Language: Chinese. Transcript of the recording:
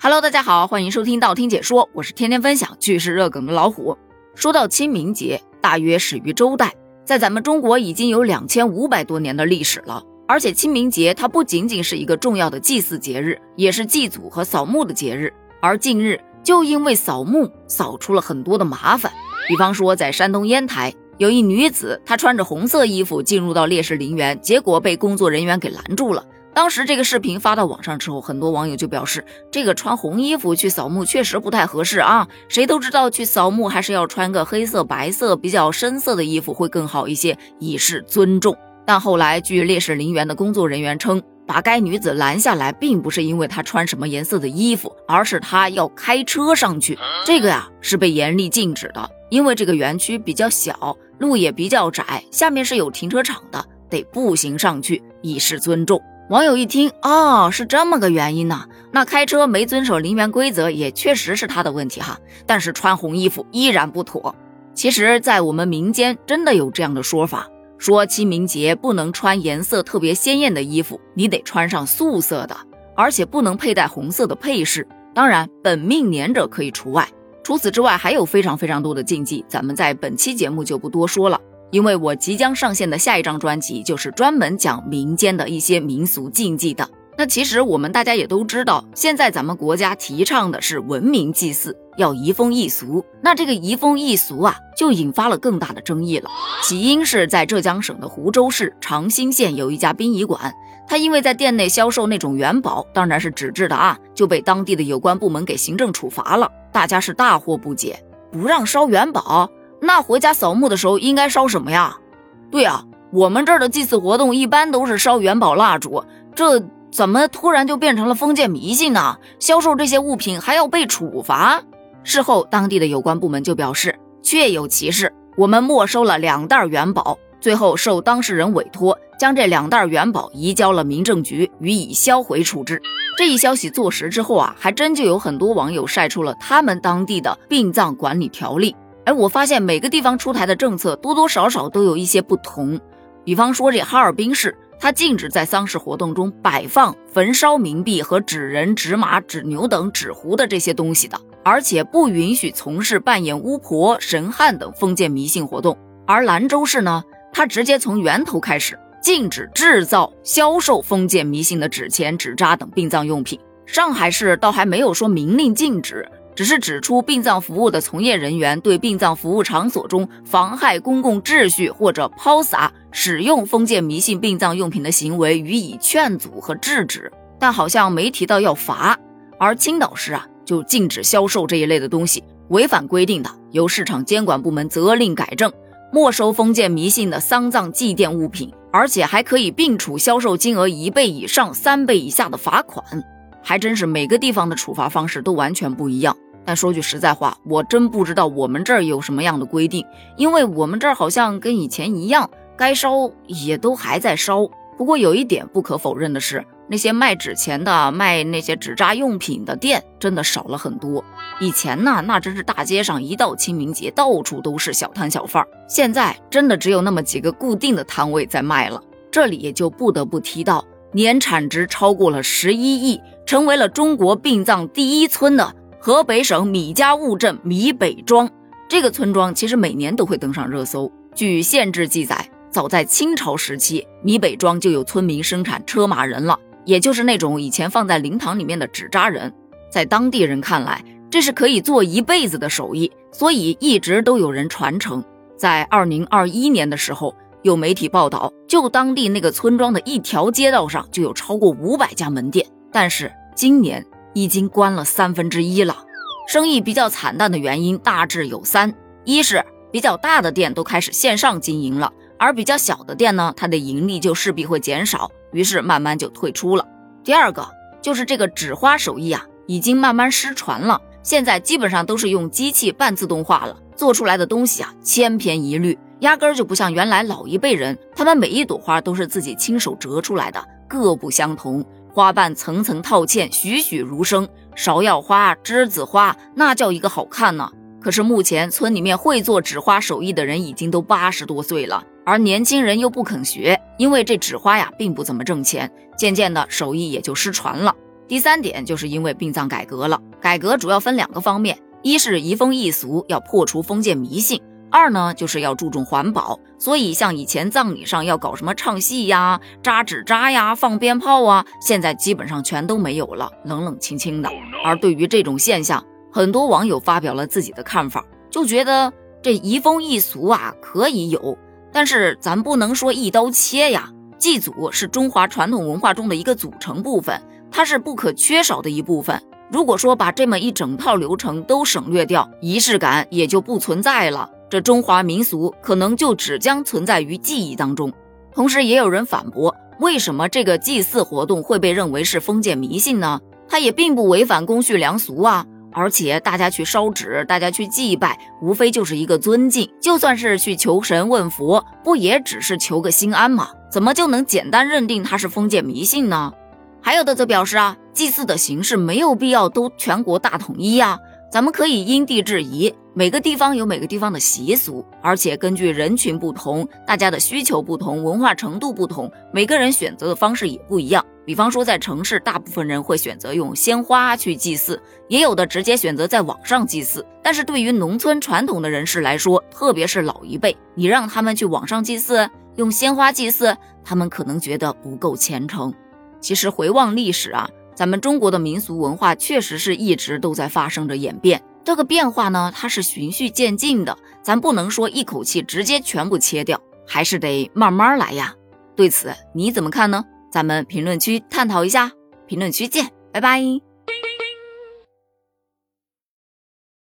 Hello， 大家好，欢迎收听道听解说，我是天天分享趣事热梗的老虎。说到清明节，大约始于周代，在咱们中国已经有2500多年的历史了。而且清明节它不仅仅是一个重要的祭祀节日，也是祭祖和扫墓的节日。而近日就因为扫墓扫出了很多的麻烦，比方说在山东烟台，有一女子，她穿着红色衣服进入到烈士陵园，结果被工作人员给拦住了。当时这个视频发到网上之后，很多网友就表示，这个穿红衣服去扫墓确实不太合适啊，谁都知道去扫墓还是要穿个黑色、白色比较深色的衣服会更好一些，以示尊重。但后来据烈士陵园的工作人员称，把该女子拦下来并不是因为她穿什么颜色的衣服，而是她要开车上去，这个是被严厉禁止的，因为这个园区比较小，路也比较窄，下面是有停车场的，得步行上去，以示尊重。网友一听，是这么个原因呢，那开车没遵守陵园规则也确实是他的问题哈，但是穿红衣服依然不妥。其实在我们民间真的有这样的说法，说清明节不能穿颜色特别鲜艳的衣服，你得穿上素色的，而且不能佩戴红色的配饰，当然本命年者可以除外。除此之外还有非常非常多的禁忌，咱们在本期节目就不多说了，因为我即将上线的下一张专辑就是专门讲民间的一些民俗禁忌的。那其实我们大家也都知道，现在咱们国家提倡的是文明祭祀，要移风易俗。那这个移风易俗就引发了更大的争议了。起因是在浙江省的湖州市长兴县有一家殡仪馆，他因为在店内销售那种元宝，当然是纸质的就被当地的有关部门给行政处罚了。大家是大惑不解，不让烧元宝，那回家扫墓的时候应该烧什么呀？对我们这儿的祭祀活动一般都是烧元宝蜡烛，这怎么突然就变成了封建迷信呢？销售这些物品还要被处罚？事后当地的有关部门就表示，确有其事，我们没收了2袋元宝，最后受当事人委托，将这2袋元宝移交了民政局，予以销毁处置。这一消息坐实之后还真就有很多网友晒出了他们当地的殡葬管理条例。我发现每个地方出台的政策多多少少都有一些不同。比方说这哈尔滨市，它禁止在丧事活动中摆放、焚烧冥币和纸人、纸马、纸牛等纸糊的这些东西的，而且不允许从事扮演巫婆、神汉等封建迷信活动。而兰州市呢，它直接从源头开始禁止制造、销售封建迷信的纸钱、纸扎等殡葬用品。上海市倒还没有说明令禁止，只是指出殡葬服务的从业人员对殡葬服务场所中妨害公共秩序或者抛洒、使用封建迷信殡葬用品的行为予以劝阻和制止，但好像没提到要罚。而青岛市就禁止销售这一类的东西，违反规定的由市场监管部门责令改正，没收封建迷信的丧葬祭奠物品，而且还可以并处销售金额1倍以上3倍以下的罚款。还真是每个地方的处罚方式都完全不一样。但说句实在话，我真不知道我们这儿有什么样的规定，因为我们这儿好像跟以前一样，该烧也都还在烧。不过有一点不可否认的是，那些卖纸钱的、卖那些纸扎用品的店真的少了很多。以前呢，那真是大街上一到清明节到处都是小摊小贩，现在真的只有那么几个固定的摊位在卖了。这里也就不得不提到年产值超过了11亿，成为了中国殡葬第一村的河北省米家坞镇米北庄。这个村庄其实每年都会登上热搜。据县志记载，早在清朝时期，米北庄就有村民生产车马人了，也就是那种以前放在灵堂里面的纸扎人。在当地人看来，这是可以做一辈子的手艺，所以一直都有人传承。在2021年的时候，有媒体报道，就当地那个村庄的一条街道上就有超过500家门店，但是今年已经关了1/3了。生意比较惨淡的原因大致有3：一是比较大的店都开始线上经营了，而比较小的店呢，它的盈利就势必会减少，于是慢慢就退出了。第二个就是这个纸花手艺已经慢慢失传了，现在基本上都是用机器半自动化了，做出来的东西千篇一律，压根儿就不像原来老一辈人，他们每一朵花都是自己亲手折出来的，各不相同，花瓣层层套嵌，栩栩如生，芍药花、栀子花，那叫一个好看呢。可是目前村里面会做纸花手艺的人已经都80多岁了，而年轻人又不肯学，因为这纸花并不怎么挣钱，渐渐的手艺也就失传了。 第3点就是因为殡葬改革了，改革主要分2个方面，一是移风易俗，要破除封建迷信；2呢就是要注重环保，所以像以前葬礼上要搞什么唱戏呀、扎纸扎呀、放鞭炮啊，现在基本上全都没有了，冷冷清清的。而对于这种现象，很多网友发表了自己的看法，就觉得这移风易俗啊可以有，但是咱不能说一刀切呀。祭祖是中华传统文化中的一个组成部分，它是不可缺少的一部分。如果说把这么一整套流程都省略掉，仪式感也就不存在了，这中华民俗可能就只将存在于记忆当中。同时也有人反驳，为什么这个祭祀活动会被认为是封建迷信呢？它也并不违反公序良俗啊，而且大家去烧纸，大家去祭拜，无非就是一个尊敬，就算是去求神问佛，不也只是求个心安吗？怎么就能简单认定它是封建迷信呢？还有的则表示啊，祭祀的形式没有必要都全国大统一啊，咱们可以因地制宜，每个地方有每个地方的习俗，而且根据人群不同，大家的需求不同，文化程度不同，每个人选择的方式也不一样。比方说在城市，大部分人会选择用鲜花去祭祀，也有的直接选择在网上祭祀。但是对于农村传统的人士来说，特别是老一辈，你让他们去网上祭祀，用鲜花祭祀，他们可能觉得不够虔诚。其实回望历史啊，咱们中国的民俗文化确实是一直都在发生着演变，这个变化呢，它是循序渐进的，咱不能说一口气直接全部切掉，还是得慢慢来呀。对此你怎么看呢？咱们评论区探讨一下，评论区见，拜拜。